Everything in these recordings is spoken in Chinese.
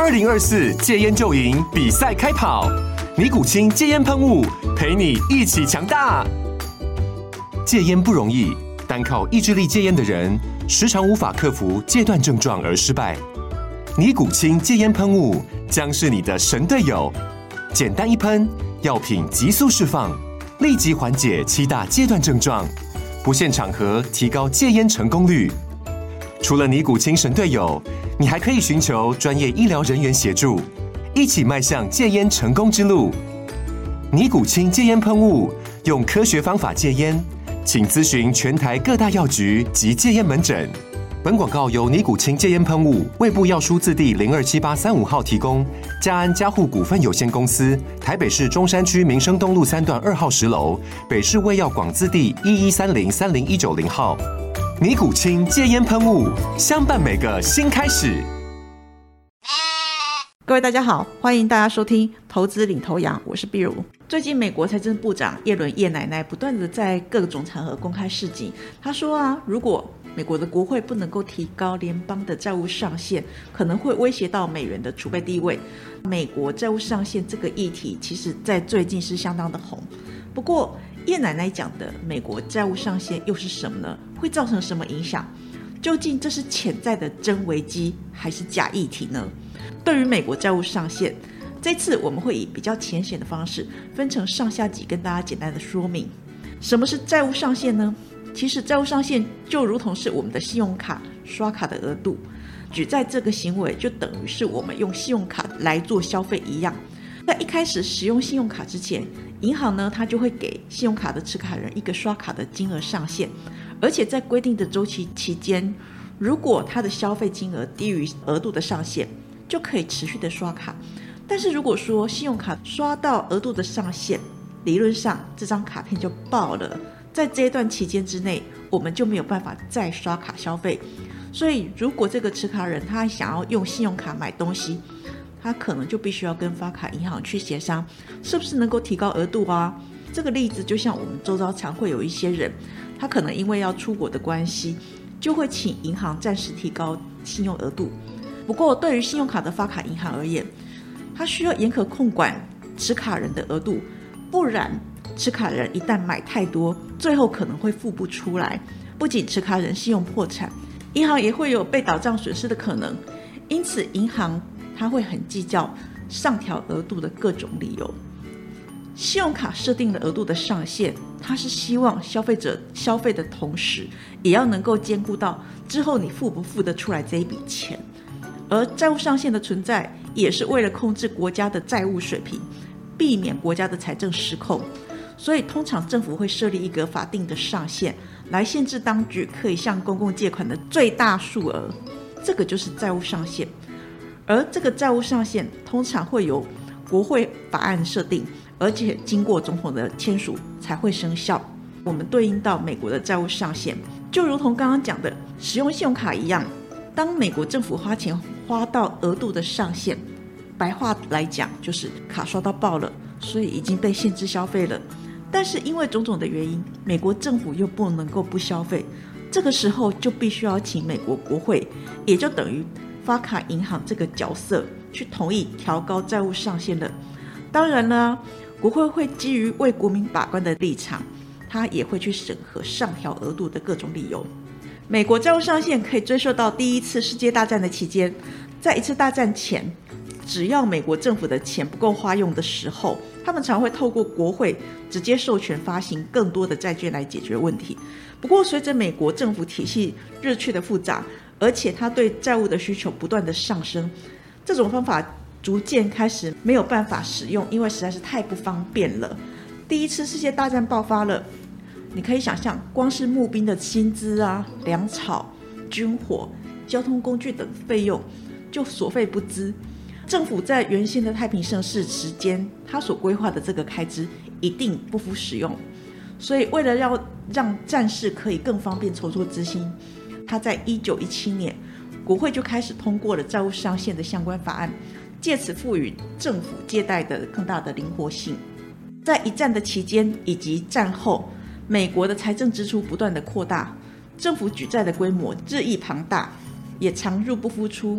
2024戒烟就赢比赛开跑，尼古清戒烟喷雾陪你一起强大。戒烟不容易，单靠意志力戒烟的人，时常无法克服戒断症状而失败。尼古清戒烟喷雾将是你的神队友，简单一喷，药品急速释放，立即缓解7大戒断症状，不限场合提高戒烟成功率。除了尼古清神队友，你还可以寻求专业医疗人员协助，一起迈向戒烟成功之路。尼古清戒烟喷雾，用科学方法戒烟，请咨询全台各大药局及戒烟门诊。本广告由尼古清戒烟喷雾、卫部药书字第027835号提供，嘉安嘉护股份有限公司，台北市中山区民生东路3段2号10楼，北市卫药广字第1130-30190号。尼古清戒烟喷雾，相伴每个新开始。 各位大家好，欢迎大家收听投资领头羊，我是碧如。最近美国财政部长耶伦叶奶奶不断的在各种场合公开示警，她说如果美国的国会不能够提高联邦的债务上限，可能会威胁到美元的储备地位。美国债务上限这个议题其实在最近是相当的红，不过叶奶奶讲的美国债务上限又是什么呢？会造成什么影响？究竟这是潜在的真危机还是假议题呢？对于美国债务上限，这次我们会以比较浅显的方式分成上下集跟大家简单的说明。什么是债务上限呢？其实债务上限就如同是我们的信用卡刷卡的额度，举债这个行为就等于是我们用信用卡来做消费一样。在一开始使用信用卡之前，银行呢它就会给信用卡的持卡人一个刷卡的金额上限，而且在规定的周期期间，如果他的消费金额低于额度的上限，就可以持续的刷卡。但是如果说信用卡刷到额度的上限，理论上这张卡片就爆了，在这一段期间之内，我们就没有办法再刷卡消费。所以如果这个持卡人他想要用信用卡买东西，他可能就必须要跟发卡银行去协商，是不是能够提高额度啊？这个例子就像我们周遭常会有一些人，他可能因为要出国的关系，就会请银行暂时提高信用额度。不过对于信用卡的发卡银行而言，他需要严格控管持卡人的额度，不然持卡人一旦买太多，最后可能会付不出来，不仅持卡人信用破产，银行也会有被倒账损失的可能。因此银行它会很计较上调额度的各种理由。信用卡设定了额度的上限，它是希望消费者消费的同时，也要能够兼顾到之后你付不付得出来这一笔钱。而债务上限的存在，也是为了控制国家的债务水平，避免国家的财政失控。所以通常政府会设立一个法定的上限，来限制当局可以向公共借款的最大数额，这个就是债务上限。而这个债务上限通常会由国会法案设定，而且经过总统的签署才会生效。我们对应到美国的债务上限，就如同刚刚讲的使用信用卡一样，当美国政府花钱花到额度的上限，白话来讲就是卡刷到爆了，所以已经被限制消费了。但是因为种种的原因，美国政府又不能够不消费，这个时候就必须要请美国国会，也就等于发卡银行这个角色去同意调高债务上限了。当然了，国会会基于为国民把关的立场，他也会去审核上调额度的各种理由。美国债务上限可以追溯到第一次世界大战的期间，在一次大战前，只要美国政府的钱不够花用的时候，他们常会透过国会直接授权发行更多的债券来解决问题。不过随着美国政府体系日趋的复杂，而且它对债务的需求不断的上升，这种方法逐渐开始没有办法使用，因为实在是太不方便了。第一次世界大战爆发了，你可以想象，光是募兵的薪资啊、粮草、军火、交通工具等费用就所费不赀。政府在原先的太平盛世时间，他所规划的这个开支一定不敷使用。所以为了要让战士可以更方便筹措资金，他在1917年国会就开始通过了债务上限的相关法案，借此赋予政府借贷的更大的灵活性。在一战的期间以及战后，美国的财政支出不断的扩大，政府举债的规模日益庞大，也常入不敷出。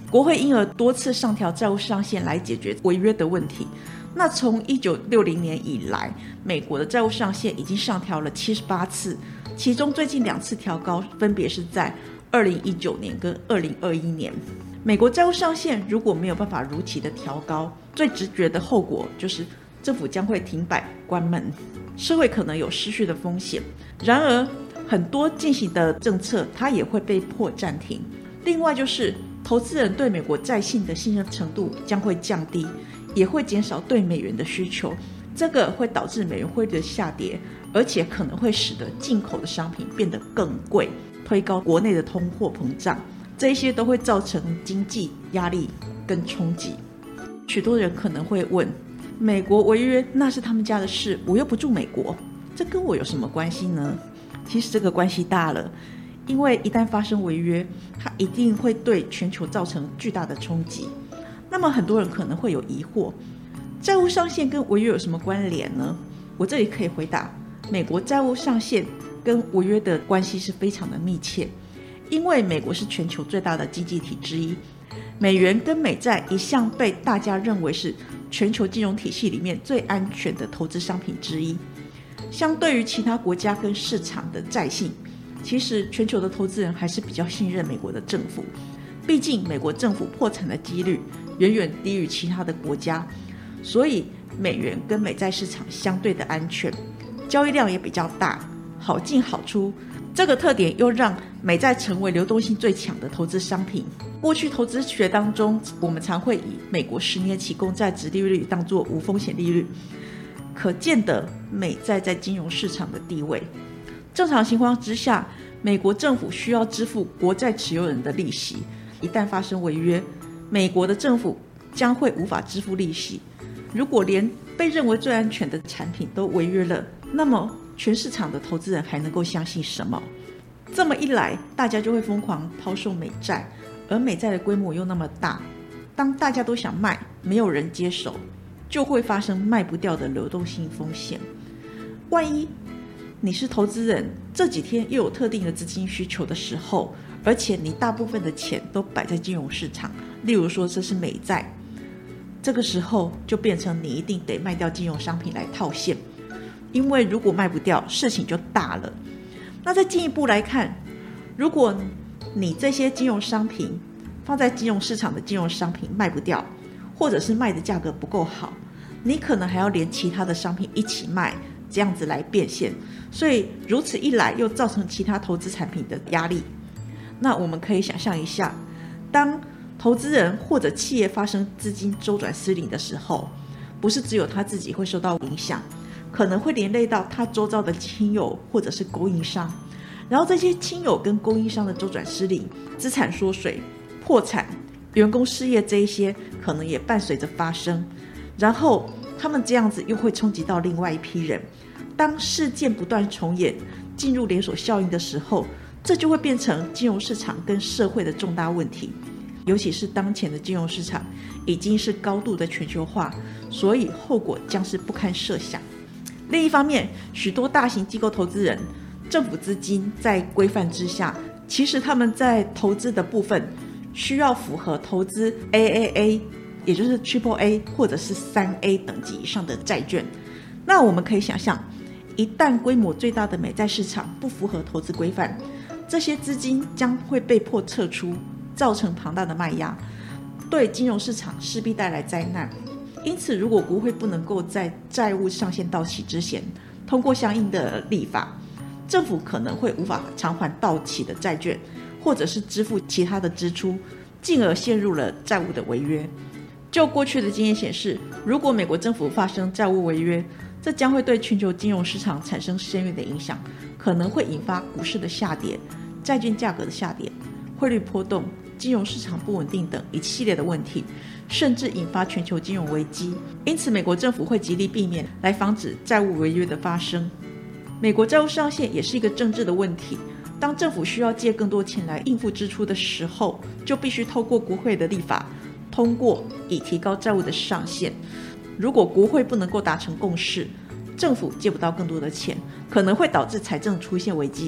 国会因而多次上调债务上限来解决违约的问题。那从1960年以来，美国的债务上限已经上调了78次，其中最近2次调高分别是在2019年跟2021年。美国债务上限如果没有办法如期的调高，最直觉的后果就是政府将会停摆关门，社会可能有失序的风险。然而很多进行的政策它也会被迫暂停。另外就是投资人对美国债信的信任程度将会降低，也会减少对美元的需求，这个会导致美元汇率的下跌，而且可能会使得进口的商品变得更贵，推高国内的通货膨胀，这些都会造成经济压力跟冲击。许多人可能会问，美国违约那是他们家的事，我又不住美国，这跟我有什么关系呢？其实这个关系大了，因为一旦发生违约，它一定会对全球造成巨大的冲击。那么很多人可能会有疑惑，债务上限跟违约有什么关联呢？我这里可以回答，美国债务上限跟违约的关系是非常的密切，因为美国是全球最大的经济体之一，美元跟美债一向被大家认为是全球金融体系里面最安全的投资商品之一。相对于其他国家跟市场的债信，其实全球的投资人还是比较信任美国的政府，毕竟美国政府破产的几率远远低于其他的国家，所以美元跟美债市场相对的安全，交易量也比较大，好进好出。这个特点又让美债成为流动性最强的投资商品。过去投资学当中，我们常会以美国10年期公债殖利率当作无风险利率，可见的美债在金融市场的地位。正常情况之下，美国政府需要支付国债持有人的利息，一旦发生违约，美国的政府将会无法支付利息。如果连被认为最安全的产品都违约了，那么全市场的投资人还能够相信什么？这么一来，大家就会疯狂抛售美债，而美债的规模又那么大，当大家都想卖，没有人接手，就会发生卖不掉的流动性风险。万一你是投资人，这几天又有特定的资金需求的时候，而且你大部分的钱都摆在金融市场，例如说这是美债，这个时候就变成你一定得卖掉金融商品来套现，因为如果卖不掉，事情就大了。那再进一步来看，如果你这些金融商品放在金融市场的金融商品卖不掉，或者是卖的价格不够好，你可能还要连其他的商品一起卖，这样子来变现，所以如此一来又造成其他投资产品的压力。那我们可以想象一下，当投资人或者企业发生资金周转失灵的时候，不是只有他自己会受到影响，可能会连累到他周遭的亲友或者是供应商，然后这些亲友跟供应商的周转失灵，资产缩水、破产、员工失业，这一些可能也伴随着发生，然后他们这样子又会冲击到另外一批人。当事件不断重演，进入连锁效应的时候，这就会变成金融市场跟社会的重大问题。尤其是当前的金融市场已经是高度的全球化，所以后果将是不堪设想。另一方面，许多大型机构投资人、政府资金在规范之下，其实他们在投资的部分需要符合投资 AAA， 也就是 Triple-A 或者是3A 等级以上的债券。那我们可以想象，一旦规模最大的美债市场不符合投资规范，这些资金将会被迫撤出，造成庞大的卖压，对金融市场势必带来灾难。因此，如果国会不能够在债务上限到期之前通过相应的立法，政府可能会无法偿还到期的债券，或者是支付其他的支出，进而陷入了债务的违约。就过去的经验显示，如果美国政府发生债务违约，这将会对全球金融市场产生深远的影响，可能会引发股市的下跌、债券价格的下跌、汇率波动、金融市场不稳定等一系列的问题，甚至引发全球金融危机。因此，美国政府会极力避免来防止债务违约的发生。美国债务上限也是一个政治的问题，当政府需要借更多钱来应付支出的时候，就必须透过国会的立法通过，以提高债务的上限。如果国会不能够达成共识，政府借不到更多的钱，可能会导致财政出现危机，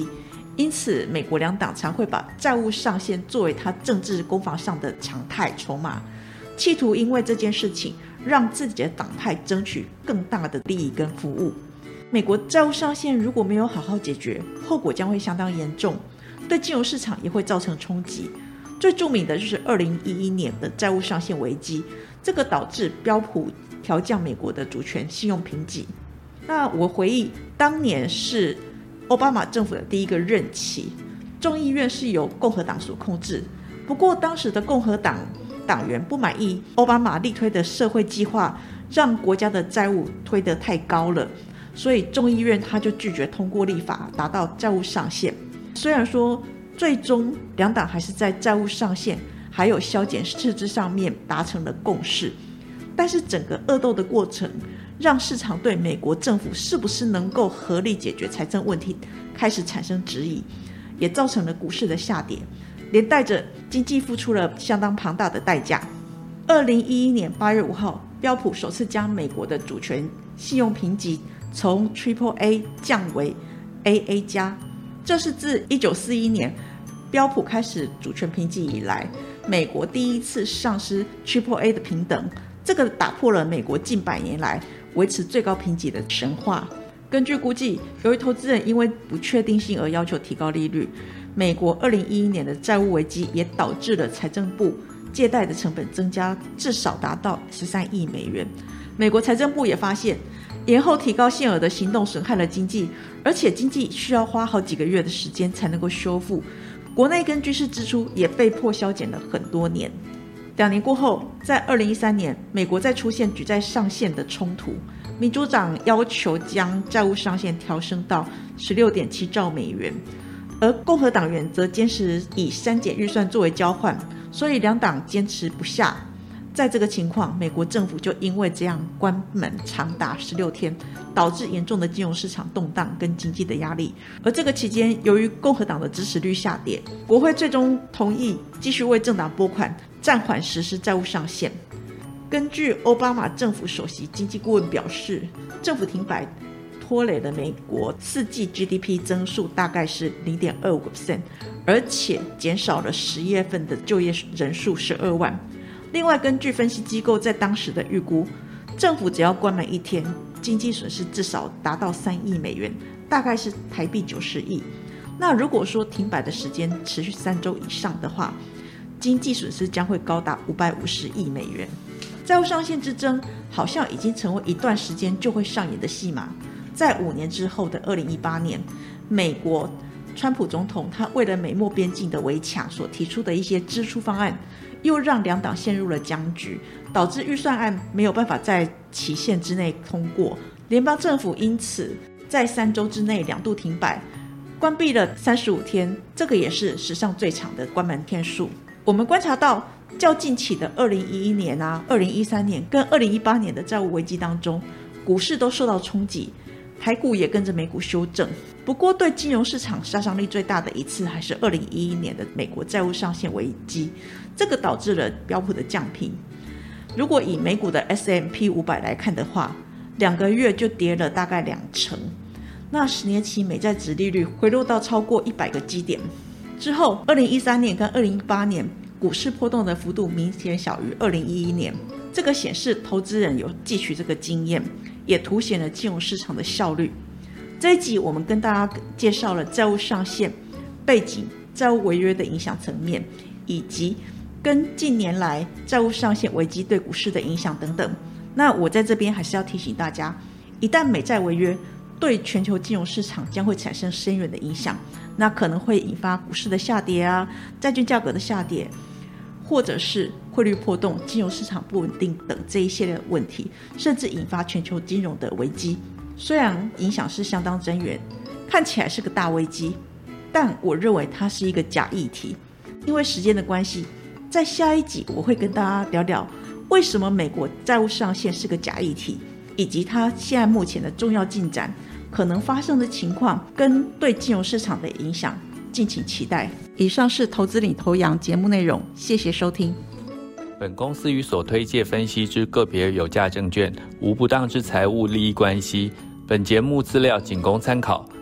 因此美国两党常会把债务上限作为他政治攻防上的常态筹码，企图因为这件事情让自己的党派争取更大的利益跟服务。美国债务上限如果没有好好解决，后果将会相当严重，对金融市场也会造成冲击。最著名的就是2011年的债务上限危机，这个导致标普调降美国的主权信用评级。那我回忆当年是奥巴马政府的第一个任期，众议院是由共和党所控制，不过当时的共和党党员不满意奥巴马力推的社会计划，让国家的债务推得太高了，所以众议院他就拒绝通过立法达到债务上限。虽然说最终两党还是在债务上限还有削减赤字上面达成了共识，但是整个恶斗的过程让市场对美国政府是不是能够合理解决财政问题开始产生质疑，也造成了股市的下跌，连带着经济付出了相当庞大的代价。2011年8月5号，标普首次将美国的主权信用评级从 AAA 降为 AA 加，这是自1941年标普开始主权评级以来，美国第一次丧失 AAA 的平等，这个打破了美国近100年来维持最高评级的神话。根据估计，由于投资人因为不确定性而要求提高利率，美国2011年的债务危机也导致了财政部借贷的成本增加，至少达到13亿美元。美国财政部也发现，延后提高限额的行动损害了经济，而且经济需要花好几个月的时间才能够修复，国内跟军事支出也被迫削减了很多年。2年过后，在2013年，美国再出现举债上限的冲突，民主党要求将债务上限调升到 16.7 兆美元，而共和党员则坚持以删减预算作为交换，所以两党坚持不下。在这个情况，美国政府就因为这样关门长达16天，导致严重的金融市场动荡跟经济的压力。而这个期间，由于共和党的支持率下跌，国会最终同意继续为政党拨款，暂缓实施债务上限。根据奥巴马政府首席经济顾问表示，政府停摆拖累了美国4季 GDP 增速大概是 0.25%， 而且减少了10月份的就业人数12万。另外，根据分析机构在当时的预估，政府只要关门1天，经济损失至少达到3亿美元，大概是台币90亿。那如果说停摆的时间持续3周以上的话，经济损失将会高达550亿美元。债务上限之争好像已经成为一段时间就会上演的戏码。在5年之后的2018年，美国川普总统他为了美墨边境的围墙所提出的一些支出方案，又让两党陷入了僵局，导致预算案没有办法在期限之内通过。联邦政府因此在3周之内2度停摆，关闭了35天，这个也是史上最长的关门天数。我们观察到较近期的2011年2013年跟2018年的债务危机当中，股市都受到冲击，台股也跟着美股修正。不过对金融市场杀伤力最大的一次还是2011年的美国债务上限危机，这个导致了标普的降评。如果以美股的 S&P 500来看的话，2个月就跌了大概20%，那10年期美债殖利率回落到超过100个基点。之后2013年跟2018年股市波动的幅度明显小于2011年，这个显示投资人有汲取这个经验，也凸显了金融市场的效率。这一集我们跟大家介绍了债务上限背景、债务违约的影响层面，以及跟近年来债务上限危机对股市的影响等等。那我在这边还是要提醒大家，一旦美债违约，对全球金融市场将会产生深远的影响，那可能会引发股市的下跌债券价格的下跌，或者是汇率波动、金融市场不稳定等这一系列的问题，甚至引发全球金融的危机。虽然影响是相当深远，看起来是个大危机，但我认为它是一个假议题。因为时间的关系，在下一集我会跟大家聊聊为什么美国债务上限是个假议题，以及它现在目前的重要进展、可能发生的情况跟对金融市场的影响，敬请期待。以上是投资领头羊节目内容，谢谢收听。 本公司与所推介分析之个别有价证券无不当之财务利益关系。本节目资料仅供参考，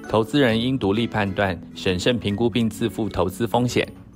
投资人应独立判断、审慎评估并自负投资风险。